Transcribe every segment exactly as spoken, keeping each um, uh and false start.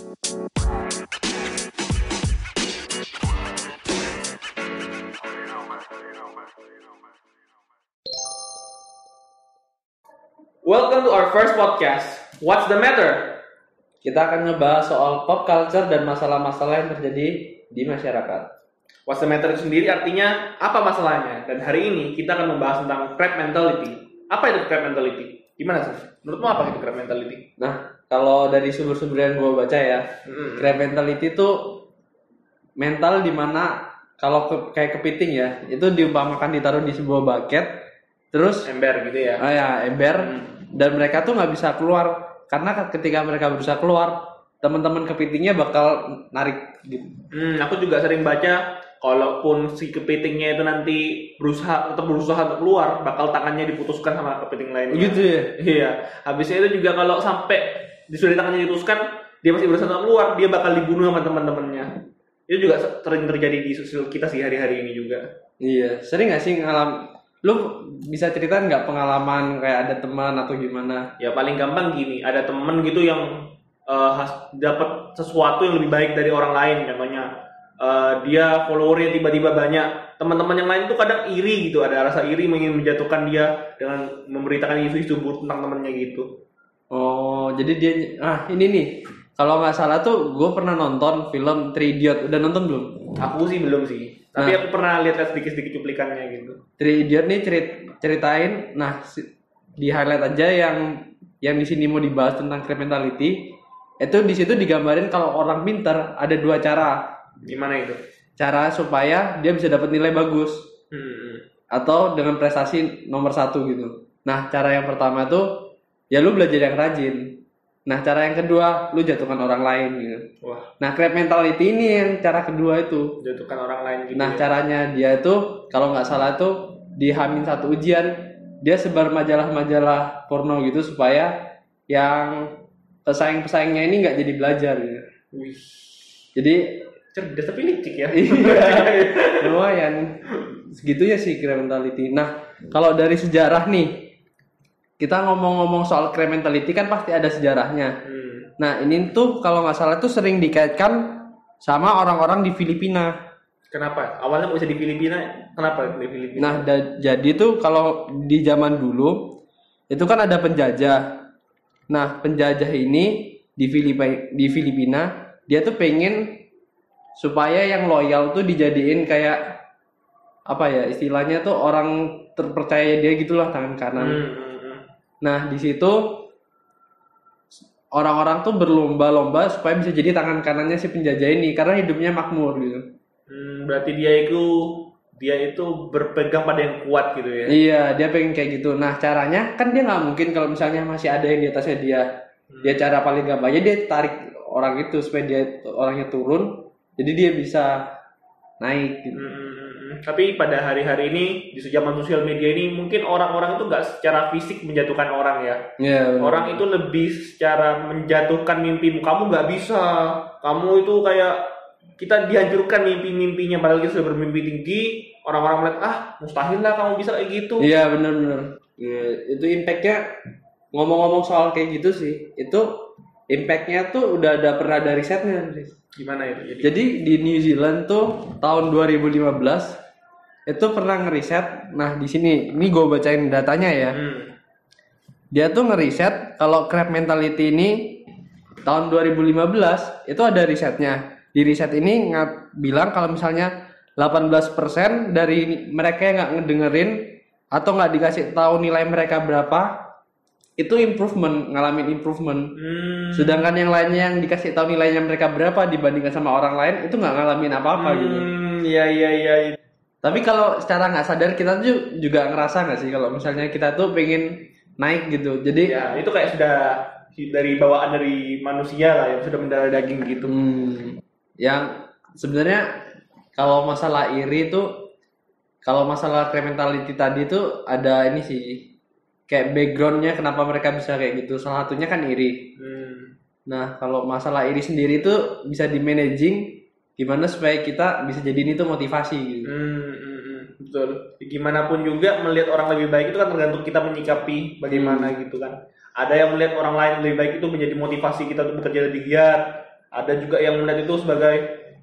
Welcome to our first podcast. What's the matter? Kita akan ngebahas soal pop culture dan masalah-masalah yang terjadi di masyarakat. What's the matter itu sendiri artinya apa masalahnya? Dan hari ini kita akan membahas tentang crab mentality. Apa itu crab mentality? Gimana sih? Menurutmu apa itu crab mentality? Nah, kalau dari sumber-sumber yang gue baca ya, mm-hmm. crab mentality itu mental dimana kalau ke, kayak kepiting ya, itu diumpamakan ditaruh di sebuah bucket, terus ember gitu ya? Oh ya, ember, hmm. dan mereka tuh nggak bisa keluar karena ketika mereka berusaha keluar, teman-teman kepitingnya bakal narik gitu. Hmm, aku juga sering baca, kalaupun si kepitingnya itu nanti berusaha tetap berusaha untuk keluar, bakal tangannya diputuskan sama kepiting lainnya. Gitu ya? Iya. Habisnya itu juga kalau sampai disuruh tangannya diputuskan, dia masih berusaha untuk keluar, dia bakal dibunuh sama teman-temannya. Itu juga sering terjadi di sosial kita sih hari-hari ini juga. Iya, sering nggak sih ngalam? Lu bisa ceritain nggak pengalaman kayak ada teman atau gimana? Ya paling gampang gini, ada temen gitu yang uh, dapat sesuatu yang lebih baik dari orang lain. Contohnya uh, dia followernya tiba-tiba banyak, teman-teman yang lain tuh kadang iri gitu, ada rasa iri ingin menjatuhkan dia dengan memberitakan isu-isu buruk tentang temennya gitu. Oh, jadi dia ah ini nih. Kalau nggak salah tuh gue pernah nonton film Three Idiot. Udah nonton belum? Aku sih belum sih. Tapi nah, aku pernah lihat sedikit-sedikit cuplikannya gitu. Three Idiot nih cerit ceritain, nah di highlight aja yang yang di sini mau dibahas tentang crab mentality. Itu di situ digambarin kalau orang pintar ada dua cara. Gimana itu? Cara supaya dia bisa dapat nilai bagus. Hmm. Atau dengan prestasi nomor satu gitu. Nah, cara yang pertama tuh ya lu belajar yang rajin. Nah, cara yang kedua, lu jatuhkan orang lain gitu. Wah. Nah, crab mentality ini yang cara kedua itu. Jatuhkan orang lain gitu. Nah, ya? caranya dia itu, kalau nggak salah tuh, di Hamin satu ujian, dia sebar majalah-majalah porno gitu, supaya yang pesaing-pesaingnya ini nggak jadi belajar gitu. Wih. Jadi, cerdas tapi licik ya? Iya, lumayan. Segitunya sih crab mentality. Nah, kalau dari sejarah nih, kita ngomong-ngomong soal crab mentality kan pasti ada sejarahnya. Hmm. Nah ini tuh kalau nggak salah tuh sering dikaitkan sama orang-orang di Filipina. Kenapa? Awalnya bisa di Filipina, kenapa di Filipina? Nah da- jadi tuh kalau di zaman dulu itu kan ada penjajah. Nah penjajah ini di Filipina, di Filipina dia tuh pengen supaya yang loyal tuh dijadiin kayak apa ya istilahnya tuh orang terpercaya dia gitulah tangan kanan. Hmm. Nah, di situ orang-orang tuh berlomba-lomba supaya bisa jadi tangan kanannya si penjajah ini karena hidupnya makmur gitu. Hmm, berarti dia itu dia itu berpegang pada yang kuat gitu ya. Iya, dia pengen kayak gitu. Nah, caranya kan dia nggak mungkin kalau misalnya masih ada yang di atasnya dia. Hmm. Dia cara paling gampangnya dia tarik orang itu supaya dia orangnya turun. Jadi dia bisa naik gitu. Hmm. Tapi pada hari-hari ini di zaman sosial media ini mungkin orang-orang itu nggak secara fisik menjatuhkan orang ya. Yeah, orang itu lebih secara menjatuhkan mimpimu. Kamu nggak bisa. Kamu itu kayak kita dihancurkan mimpi-mimpinya. Padahal kita sudah bermimpi tinggi. Orang-orang melihat ah mustahil lah kamu bisa kayak gitu. Iya yeah, benar-benar. Yeah, itu impactnya ngomong-ngomong soal kayak gitu sih. Itu impactnya tuh udah ada pernah ada risetnya. Gimana itu? Jadi? Jadi di New Zealand tuh tahun dua ribu lima belas itu pernah ngeriset. Nah di sini, ini gue bacain datanya ya. Hmm. Dia tuh ngeriset kalau crab mentality ini tahun dua ribu lima belas itu ada risetnya. Di riset ini nggak bilang kalau misalnya delapan belas persen dari mereka yang nggak ngedengerin atau nggak dikasih tahu nilai mereka berapa itu improvement, ngalamin improvement. Hmm. Sedangkan yang lainnya yang dikasih tahu nilainya mereka berapa dibandingkan sama orang lain itu nggak ngalamin apa-apa hmm, gitu. Iya iya iya. Tapi kalau secara nggak sadar kita tuh juga ngerasa nggak sih kalau misalnya kita tuh pengen naik gitu. Jadi ya itu kayak sudah dari bawaan dari manusia lah yang sudah mendarah daging gitu. Hmm. Yang sebenarnya kalau masalah iri tuh, kalau masalah crab mentality tadi tuh ada ini sih. Kayak backgroundnya kenapa mereka bisa kayak gitu. Salah satunya kan iri. Hmm. Nah kalau masalah iri sendiri itu bisa di managing gimana supaya kita bisa jadi ini tuh motivasi gitu. Hmm, hmm, hmm. Betul. Gimana pun juga melihat orang lebih baik itu kan tergantung kita menyikapi bagaimana hmm. gitu kan. Ada yang melihat orang lain lebih baik itu menjadi motivasi kita untuk bekerja lebih giat. Ada juga yang melihat itu sebagai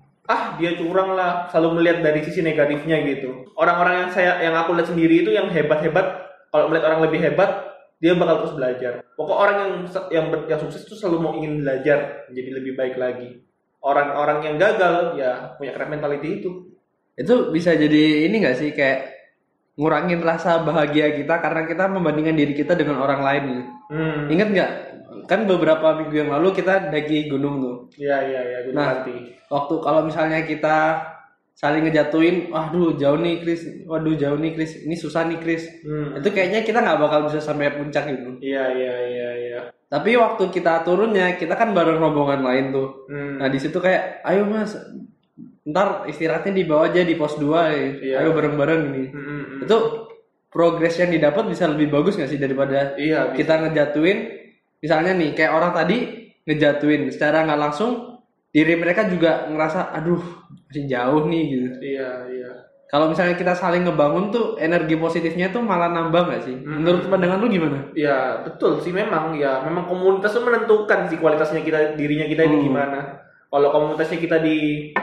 ah dia curang lah, selalu melihat dari sisi negatifnya gitu. Orang-orang yang saya yang aku lihat sendiri itu yang hebat-hebat, kalau melihat orang lebih hebat, dia bakal terus belajar. Pokok orang yang yang yang sukses itu selalu mau ingin belajar menjadi lebih baik lagi. Orang-orang yang gagal ya punya crab mentality itu. Itu bisa jadi ini nggak sih, kayak ngurangin rasa bahagia kita karena kita membandingkan diri kita dengan orang lain. Hmm. Ingat nggak? Kan beberapa minggu yang lalu kita daki gunung tuh. Iya iya iya. Nah, waktu kalau misalnya kita saling ngejatuhin, waduh jauh nih Chris, waduh jauh nih Chris, ini susah nih Chris. Hmm. Itu kayaknya kita nggak bakal bisa sampai puncak gitu. Iya iya iya iya. Tapi waktu kita turunnya, kita kan bareng rombongan lain tuh. Hmm. Nah di situ kayak, ayo mas, ntar istirahatnya di bawah aja di pos dua, ya. Ayo bareng-bareng ini. Hmm, hmm. Itu progres yang didapat bisa lebih bagus nggak sih daripada iya, kita ngejatuhin. Misalnya nih, kayak orang tadi ngejatuhin, secara nggak langsung diri mereka juga ngerasa, aduh masih jauh nih gitu. Iya, iya. Kalau misalnya kita saling ngebangun tuh, energi positifnya tuh malah nambah nggak sih? Hmm. Menurut pandangan lu gimana? Ya betul sih, memang ya, memang komunitas tuh menentukan sih kualitasnya kita, dirinya kita ini hmm. gimana. Kalau komunitasnya kita di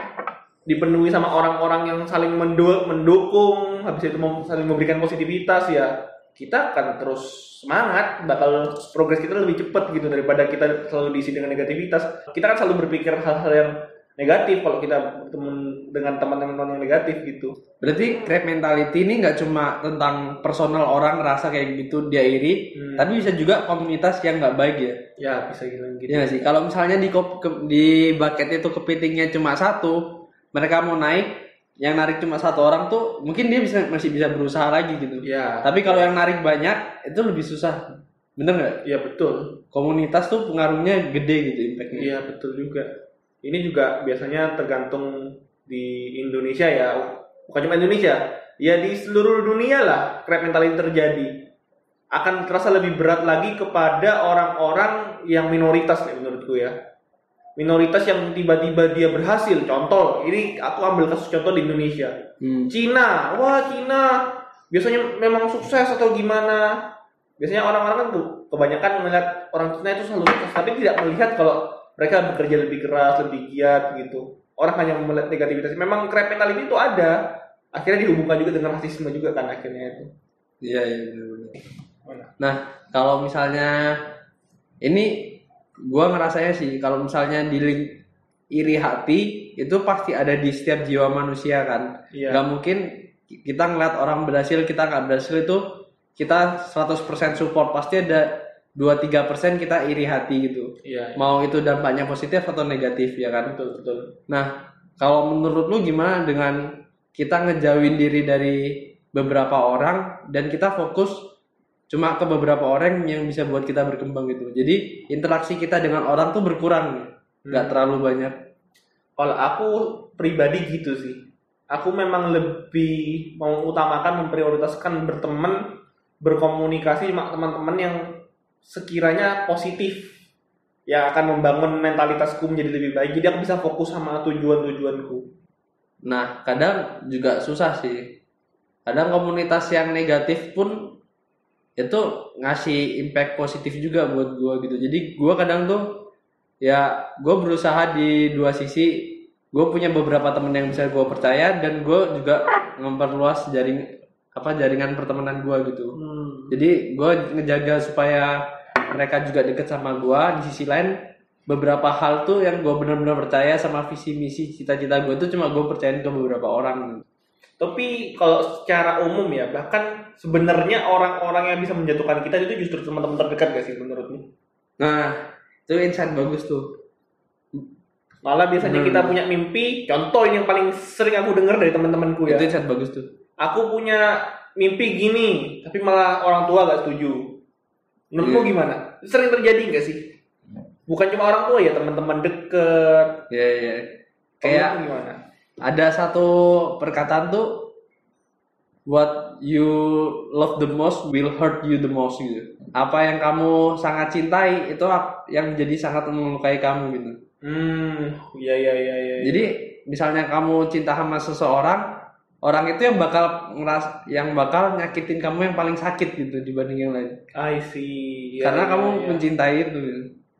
dipenuhi sama orang-orang yang saling mendu- mendukung, habis itu mem- saling memberikan positivitas ya. Kita akan terus semangat, bakal progres kita lebih cepat gitu daripada kita selalu diisi dengan negativitas. Kita kan selalu berpikir hal-hal yang negatif kalau kita bertemu dengan teman-teman yang negatif gitu. Berarti crab mentality ini nggak cuma tentang personal orang ngerasa kayak gitu dia iri, hmm. tapi bisa juga komunitas yang nggak baik ya. Ya bisa gitu. Ya sih. Kalau misalnya di ke, di bucket itu kepitingnya cuma satu, mereka mau naik, yang narik cuma satu orang tuh mungkin dia bisa masih bisa berusaha lagi gitu. Ya. Tapi kalau yang narik banyak itu lebih susah. Bener nggak? Iya betul. Komunitas tuh pengaruhnya gede gitu impactnya. Iya betul juga. Ini juga biasanya tergantung di Indonesia ya. Bukan cuma Indonesia. Ya di seluruh dunia lah crab mentality terjadi. Akan terasa lebih berat lagi kepada orang-orang yang minoritas nih menurutku ya. Minoritas yang tiba-tiba dia berhasil. Contoh, ini aku ambil kasus contoh di Indonesia. Hmm. Cina, wah Cina biasanya memang sukses atau gimana? Biasanya orang-orang kan kebanyakan melihat orang Cina itu selalu sukses, tapi tidak melihat kalau mereka bekerja lebih keras, lebih giat gitu. Orang hanya melihat negativitas. Memang crab mentality itu ada. Akhirnya dihubungkan juga dengan rasisme juga kan akhirnya itu. Iya iya benar. Nah kalau misalnya ini gua ngerasanya sih kalau misalnya di link iri hati itu pasti ada di setiap jiwa manusia kan. Iya. Gak mungkin kita ngeliat orang berhasil kita nggak berhasil itu kita seratus persen support, pasti ada dua sampai tiga persen kita iri hati gitu. Iya, iya. Mau itu dampaknya positif atau negatif ya kan. Betul betul. Nah kalau menurut lu gimana dengan kita ngejauhin diri dari beberapa orang dan kita fokus cuma ke beberapa orang yang bisa buat kita berkembang gitu. Jadi interaksi kita dengan orang tuh berkurang, nggak hmm. terlalu banyak. Kalau aku pribadi gitu sih, aku memang lebih mau utamakan memprioritaskan berteman, berkomunikasi sama teman-teman yang sekiranya positif, yang akan membangun mentalitasku menjadi lebih baik. Jadi aku bisa fokus sama tujuan-tujuanku. Nah, kadang juga susah sih. Kadang komunitas yang negatif pun itu ngasih impact positif juga buat gue gitu. Jadi gue kadang tuh ya gue berusaha di dua sisi. Gue punya beberapa temen yang bisa gue percaya dan gue juga memperluas jaring apa jaringan pertemanan gue gitu. Hmm. Jadi gue ngejaga supaya mereka juga deket sama gue. Di sisi lain beberapa hal tuh yang gue benar-benar percaya sama visi misi cita-cita gue tuh cuma gue percayain ke beberapa orang. Tapi kalau secara umum ya, bahkan sebenarnya orang-orang yang bisa menjatuhkan kita itu justru teman-teman terdekat gak sih menurutmu? Nah, itu insight bagus tuh. Malah biasanya hmm. kita punya mimpi, contoh ini yang paling sering aku dengar dari teman-temanku ya. Itu insight bagus tuh. Aku punya mimpi gini, tapi malah orang tua gak setuju. Menurutmu yeah. gimana? Sering terjadi gak sih? Bukan cuma orang tua ya, teman-teman deket. Iya, yeah, iya. Yeah. Kayak gimana? Ada satu perkataan tuh, what you love the most will hurt you the most gitu. Apa yang kamu sangat cintai itu yang jadi sangat melukai kamu gitu. Hmm, iya iya iya iya. Jadi misalnya kamu cinta sama seseorang, orang itu yang bakal ngeras, yang bakal nyakitin kamu yang paling sakit gitu dibanding yang lain. I see. Ya, Karena ya, kamu ya. mencintai itu. Gitu.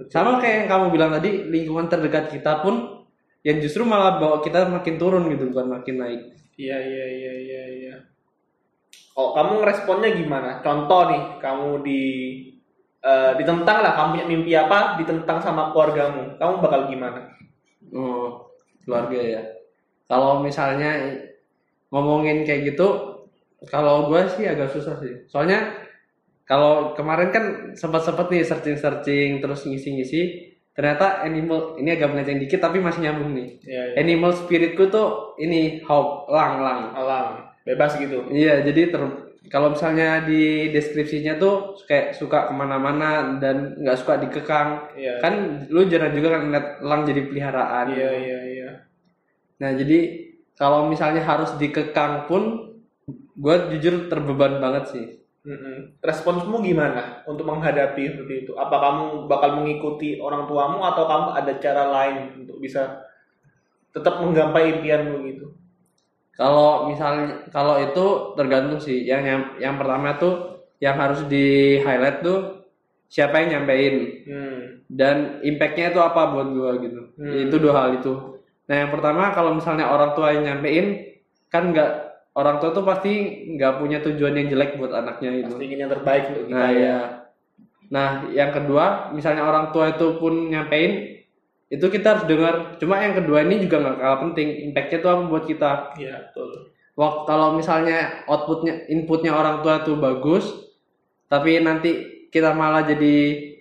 Sama kayak yang kamu bilang tadi, lingkungan terdekat kita pun yang justru malah bawa kita makin turun gitu, bukan makin naik. Iya iya iya iya iya. Oh, kamu ngeresponnya gimana? Contoh nih, kamu di uh, ditentang lah, kamu punya mimpi apa, ditentang sama keluargamu, kamu bakal gimana? Oh, keluarga ya. Kalau misalnya ngomongin kayak gitu, kalau gue sih agak susah sih. Soalnya kalau kemarin kan sempat-sempat nih searching-searching terus ngisi-ngisi, ternyata animal ini agak melenceng dikit tapi masih nyambung nih. Ya, ya. Animal spiritku tuh ini hope, lang-lang. Alang, bebas gitu. Iya, jadi ter kalau misalnya di deskripsinya tuh kayak suka kemana-mana dan nggak suka dikekang. Iya. Kan lu jarang juga kan ngeliat elang jadi peliharaan. Iya iya iya. Nah jadi kalau misalnya harus dikekang pun, gue jujur terbeban banget sih. Mm-mm. Responsmu gimana untuk menghadapi seperti itu? Apa kamu bakal mengikuti orang tuamu atau kamu ada cara lain untuk bisa tetap menggapai impianmu gitu? Kalau misalnya kalau itu tergantung sih. Yang yang, yang pertama tuh yang harus di highlight tuh siapa yang nyampein hmm. dan impactnya itu apa buat gue gitu. Hmm. Itu dua hal itu. Nah yang pertama kalau misalnya orang tua yang nyampein kan nggak, orang tua tuh pasti nggak punya tujuan yang jelek buat anaknya itu. Pasti ingin yang terbaik untuk kita. Nah ya. Nah yang kedua misalnya orang tua itu pun nyampein, itu kita harus dengar. Cuma yang kedua ini juga nggak kalah penting, impactnya tuh apa buat kita. Iya betul. Waktu kalau misalnya outputnya, inputnya orang tua tuh bagus, tapi nanti kita malah jadi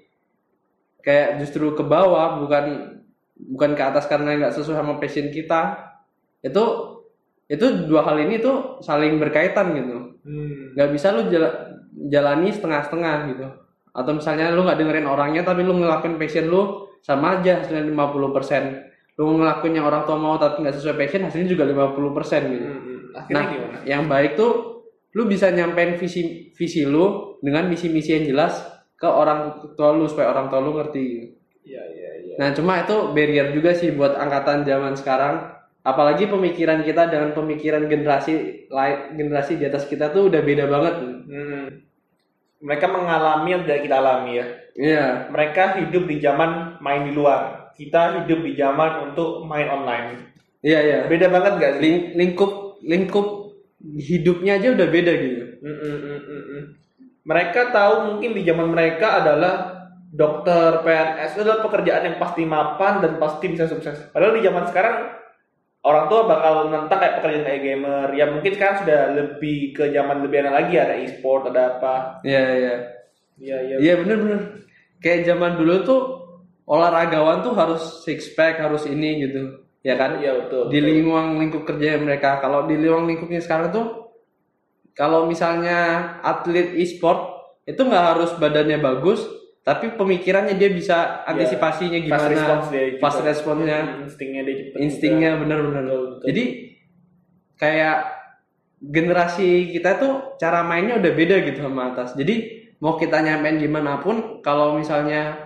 kayak justru ke bawah, bukan bukan ke atas karena nggak sesuai sama passion kita, itu itu dua hal ini tuh saling berkaitan gitu. Hmm. Nggak bisa lu jala, jalani setengah-setengah gitu. Atau misalnya lu nggak dengerin orangnya tapi lu ngelakuin passion lu, sama aja hasilnya lima puluh persen. Lu ngelakuin yang orang tua mau tapi nggak sesuai passion, hasilnya juga lima puluh persen gitu. Hmm. Akhirnya nah gimana? Yang baik tuh lu bisa nyampein visi visi lu dengan misi-misi yang jelas ke orang tua lu supaya orang tua lu ngerti gitu. Iya iya iya. Nah cuma itu barrier juga sih buat angkatan zaman sekarang. Apalagi pemikiran kita dengan pemikiran generasi lain, generasi di atas kita tuh udah beda banget. Hmm. Mereka mengalami yang tidak kita alami ya. Iya. Mereka hidup di zaman main di luar. Kita hidup di zaman untuk main online. Iya iya. Beda banget gak sih? Ling, lingkup lingkup hidupnya aja udah beda gitu. Mm, mm, mm, mm, mm. Mereka tahu mungkin di zaman mereka adalah dokter, P N S itu adalah pekerjaan yang pasti mapan dan pasti bisa sukses. Padahal di zaman sekarang orang tua bakal nentang kayak pekerjaan kayak gamer. Ya mungkin sekarang sudah lebih ke zaman lebih enak lagi, ada e-sport, ada apa. Iya iya. Iya iya. Iya bener-bener. Kayak zaman dulu tuh olahragawan tuh harus six pack, harus ini gitu. Ya kan? Iya betul. Di lingkungan lingkup kerja mereka. Kalau di lingkungan lingkupnya sekarang tuh, kalau misalnya atlet e-sport itu nggak harus badannya bagus, tapi pemikirannya dia bisa antisipasinya ya, gimana, fast response dia fast responnya, instingnya dia cepet, instingnya bener-bener. Jadi kayak generasi kita tuh cara mainnya udah beda gitu sama atas. Jadi mau kita nyampein gimana pun, kalau misalnya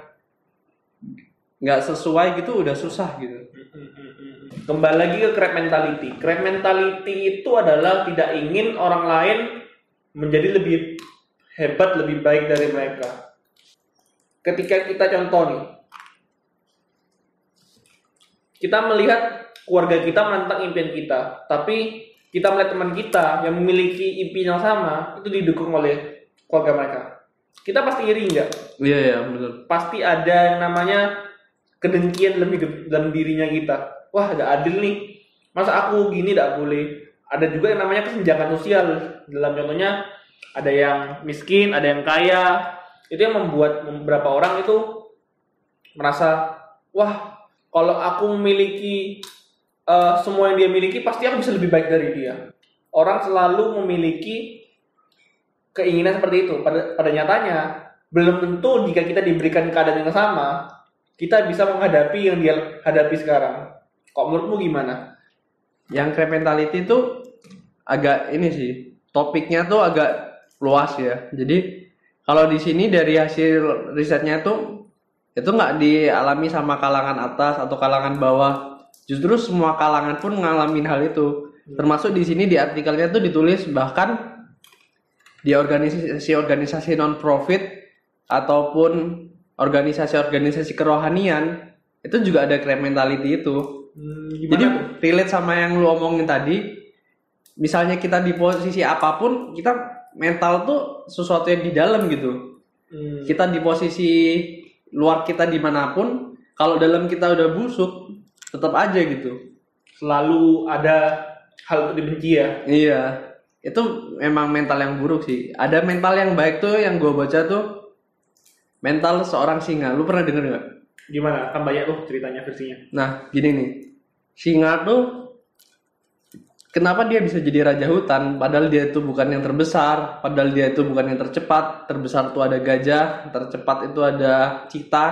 nggak sesuai gitu udah susah gitu. Kembali lagi ke crab mentality. Crab mentality itu adalah tidak ingin orang lain menjadi lebih hebat, lebih baik dari mereka. Ketika kita contoh nih, kita melihat keluarga kita menentang impian kita, tapi kita melihat teman kita yang memiliki impian yang sama, itu didukung oleh keluarga mereka. Kita pasti iri nggak? Iya ya benar. Pasti ada yang namanya kedengkian lebih dalam dirinya kita. Wah, gak adil nih. Masa aku gini gak boleh? Ada juga yang namanya kesenjangan sosial. Dalam contohnya, ada yang miskin, ada yang kaya. Itu yang membuat beberapa orang itu merasa, wah, kalau aku memiliki uh, semua yang dia miliki, pasti aku bisa lebih baik dari dia. Orang selalu memiliki keinginan seperti itu. Pada, pada nyatanya, belum tentu jika kita diberikan keadaan yang sama, kita bisa menghadapi yang dia hadapi sekarang. Kok menurutmu gimana? Yang crab mentality itu agak ini sih, topiknya tuh agak luas ya. Jadi kalau di sini dari hasil risetnya tuh itu nggak dialami sama kalangan atas atau kalangan bawah. Justru semua kalangan pun ngalamin hal itu. Termasuk di sini di artikelnya tuh ditulis bahkan di organisasi organisasi non profit ataupun organisasi-organisasi kerohanian itu juga ada crab mentality itu. Hmm, Jadi tuh? Relate sama yang lu omongin tadi, misalnya kita di posisi apapun, kita mental tuh sesuatu yang di dalam gitu. Hmm. Kita di posisi luar kita dimanapun, kalau dalam kita udah busuk, tetap aja gitu. Selalu ada hal untuk dibenci ya. Iya, itu memang mental yang buruk sih. Ada mental yang baik tuh yang gue baca tuh mental seorang singa. Lu pernah denger nggak? Gimana? Kan banyak tuh ceritanya versinya. Nah, gini nih. Singa tuh kenapa dia bisa jadi raja hutan padahal dia itu bukan yang terbesar, padahal dia itu bukan yang tercepat. Terbesar tuh ada gajah, tercepat itu ada cheetah.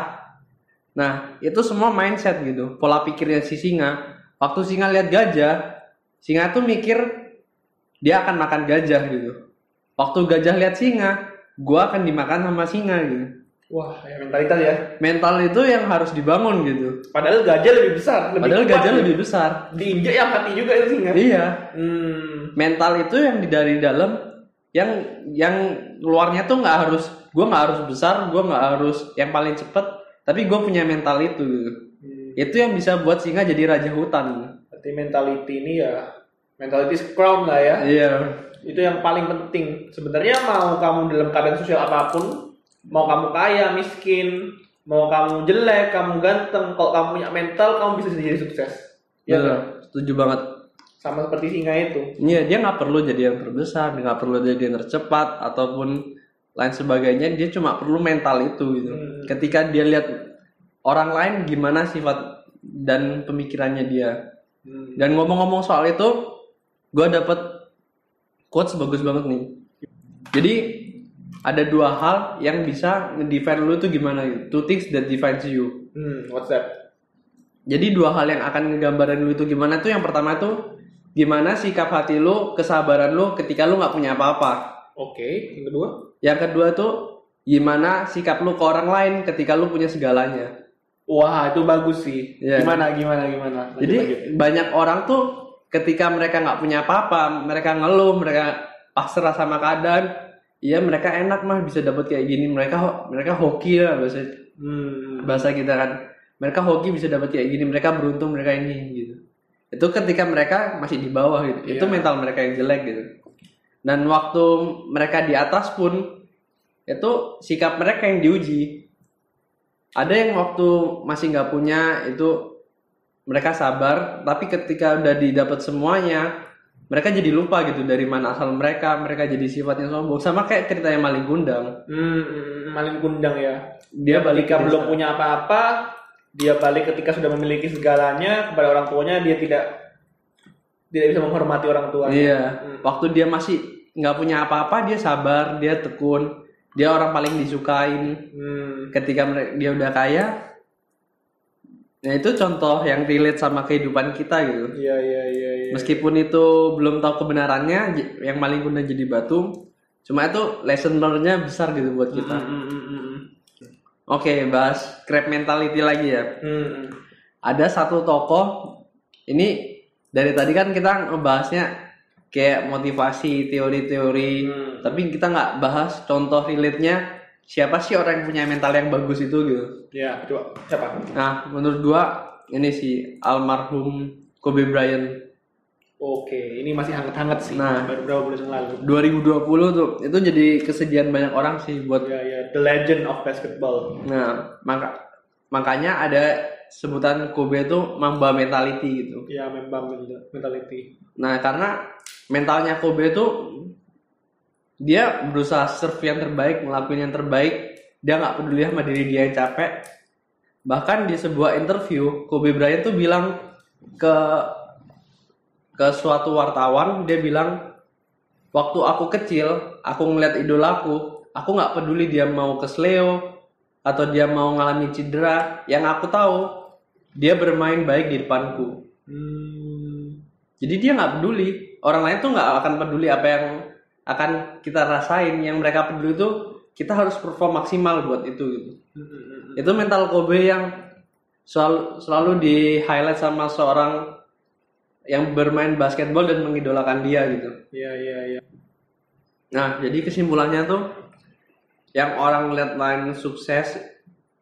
Nah, itu semua mindset gitu. Pola pikirnya si singa. Waktu singa lihat gajah, singa tuh mikir dia akan makan gajah gitu. Waktu gajah lihat singa, gua akan dimakan sama singa gitu. Wah, ya mentalitas ya. Mental itu yang harus dibangun gitu. Padahal gajah lebih besar. Lebih Padahal gajah ya. lebih besar. Diinjak yang hati juga itu singa. Iya. Hmm. Mental itu yang dari dalam, yang yang luarnya tuh nggak harus, gua nggak harus besar, gua nggak harus yang paling cepet, tapi gua punya mental itu gitu. Hmm. Itu yang bisa buat singa jadi raja hutan. Berarti mentality ini ya, mentality crown lah ya. Iya. Itu yang paling penting. Sebenarnya mau kamu dalam keadaan sosial apapun, mau kamu kaya, miskin, mau kamu jelek, kamu ganteng, kalau kamu punya mental, kamu bisa jadi sukses. Iya, kan? Setuju banget. Sama seperti singa itu. Iya, dia nggak perlu jadi yang terbesar, dia nggak perlu jadi yang tercepat ataupun lain sebagainya. Dia cuma perlu mental itu gitu. Hmm. Ketika dia lihat orang lain gimana sifat dan pemikirannya dia. Hmm. Dan ngomong-ngomong soal itu, gue dapet quotes bagus banget nih. Jadi ada dua hal yang bisa nge-define lu tuh gimana gitu. Two things that defines you. Hmm, what's that? Jadi dua hal yang akan ngegambarin lu itu gimana tuh, yang pertama tuh gimana sikap hati lu, kesabaran lu ketika lu nggak punya apa-apa. Oke, okay. Yang kedua? Yang kedua tuh gimana sikap lu ke orang lain ketika lu punya segalanya. Wah, itu bagus sih. Yeah. Gimana, gimana, gimana? Lanjut, Jadi lanjut. Banyak orang tuh ketika mereka nggak punya apa-apa, mereka ngeluh, mereka pasrah sama keadaan. Iya, mereka enak mah bisa dapat kayak gini. Mereka mereka hoki lah bahasa hmm. bahasa kita kan. Mereka hoki bisa dapat kayak gini. Mereka beruntung, mereka ini gitu. Itu ketika mereka masih di bawah gitu. Yeah. Itu mental mereka yang jelek gitu. Dan waktu mereka di atas pun itu sikap mereka yang diuji. Ada yang waktu masih nggak punya itu mereka sabar, tapi ketika udah didapat semuanya, mereka jadi lupa gitu dari mana asal mereka, mereka jadi sifatnya sombong. Sama kayak ceritanya Maling Kundang. Hmm, Maling Kundang ya. Dia balik ketika belum punya apa-apa, dia balik ketika sudah memiliki segalanya kepada orang tuanya, dia tidak tidak bisa menghormati orang tuanya. Iya. Hmm. Waktu dia masih nggak punya apa-apa, dia sabar, dia tekun, dia orang paling disukain. Hmm. Ketika dia udah kaya, nah itu contoh yang relate sama kehidupan kita gitu. Iya iya iya. Ya. Meskipun itu belum tahu kebenarannya, yang Maling Kundang jadi batu, cuma itu lesson learn-nya besar gitu buat kita. Mm, mm, mm, mm. Oke, okay, bahas crab mentality lagi ya. Mm. Ada satu tokoh, ini dari tadi kan kita ngebahasnya kayak motivasi, teori-teori, mm. tapi kita nggak bahas contoh relate-nya. Siapa sih orang yang punya mental yang bagus itu gitu? Ya, coba siapa? Nah, menurut gua ini si almarhum Kobe Bryant. Oke, ini masih hangat-hangat sih. Nah, baru berapa bulan yang lalu? dua ribu dua puluh tuh, itu jadi kesedihan banyak orang sih buat. Ya, ya, the legend of basketball. Nah, maka makanya ada sebutan Kobe itu Mamba mentality gitu. Ya, Mamba mentality. Nah, karena mentalnya Kobe itu dia berusaha serve yang terbaik, ngelakuin yang terbaik. Dia nggak peduli sama diri dia yang capek. Bahkan di sebuah interview, Kobe Bryant tuh bilang ke ke suatu wartawan, dia bilang, waktu aku kecil, aku ngeliat idolaku, aku nggak peduli dia mau kesleo atau dia mau ngalamin cedera. Yang aku tahu, dia bermain baik di depanku. Hmm. Jadi dia nggak peduli. Orang lain tuh nggak akan peduli apa yang akan kita rasain. Yang mereka peduli itu kita harus perform maksimal buat itu gitu. Mm-hmm. Itu mental Kobe yang selalu, selalu di highlight sama seorang yang bermain basketball dan mengidolakan dia gitu. Iya iya iya. Nah, jadi kesimpulannya tuh yang orang lihat lain sukses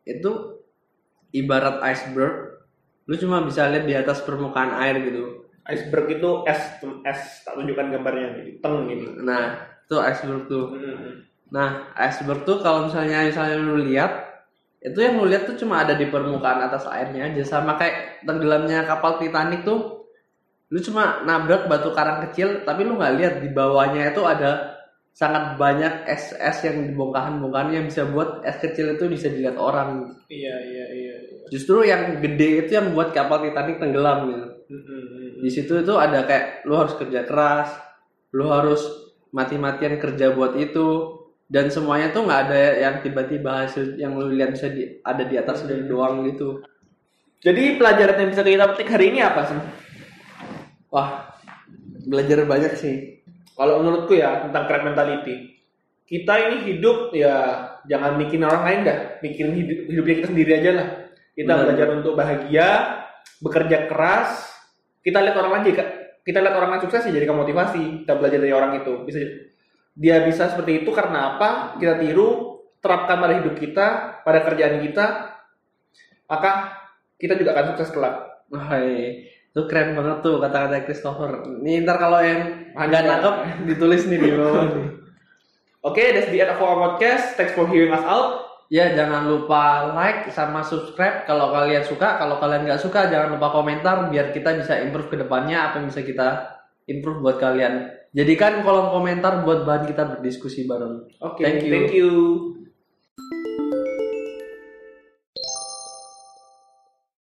itu ibarat iceberg, lu cuma bisa lihat di atas permukaan air gitu. Iceberg itu es, es tak tunjukkan gambarnya nih, teng gitu. Nah, itu iceberg tuh. Mm-hmm. Nah, iceberg tuh kalau misalnya misalnya lu lihat, itu yang lu lihat tuh cuma ada di permukaan atas airnya aja, sama kayak tenggelamnya kapal Titanic tuh. Lu cuma nabrak batu karang kecil, tapi lu nggak lihat di bawahnya itu ada sangat banyak es-es yang dibongkahan-bongkahan yang bisa buat es kecil itu bisa dilihat orang. Iya, iya, iya. Justru yang gede itu yang buat kapal Titanic tenggelam gitu. Mm-hmm. Di situ itu ada kayak lu harus kerja keras, lu harus mati-matian kerja buat itu, dan semuanya tuh nggak ada yang tiba-tiba hasil yang lu lihat bisa di, ada di atas mm-hmm. doang gitu. Jadi pelajaran yang bisa kita petik hari ini apa sih? Wah, belajar banyak sih. Kalau menurutku ya tentang crab mentality, kita ini hidup ya jangan mikirin orang lain dah, mikirin hidup hidupnya kita sendiri aja lah. Kita Benar. belajar untuk bahagia, bekerja keras. Kita lihat orang lain, kita lihat orang lain sukses ya jadi motivasi. Kita belajar dari orang itu. Bisa dia bisa seperti itu karena apa? Kita tiru, terapkan pada hidup kita, pada kerjaan kita, maka kita juga akan sukses kelak. Hai. Itu keren banget tuh kata-kata Christopher. Nih ntar kalau yang nggak nangkep ditulis nih di bawah nih. Oke, okay, that's the end of our podcast. Thanks for hearing us out. Ya, jangan lupa like sama subscribe kalau kalian suka. Kalau kalian nggak suka, jangan lupa komentar biar kita bisa improve ke depannya apa yang bisa kita improve buat kalian. Jadikan kolom komentar buat bahan kita berdiskusi bareng. Oke, okay, thank you. Thank you.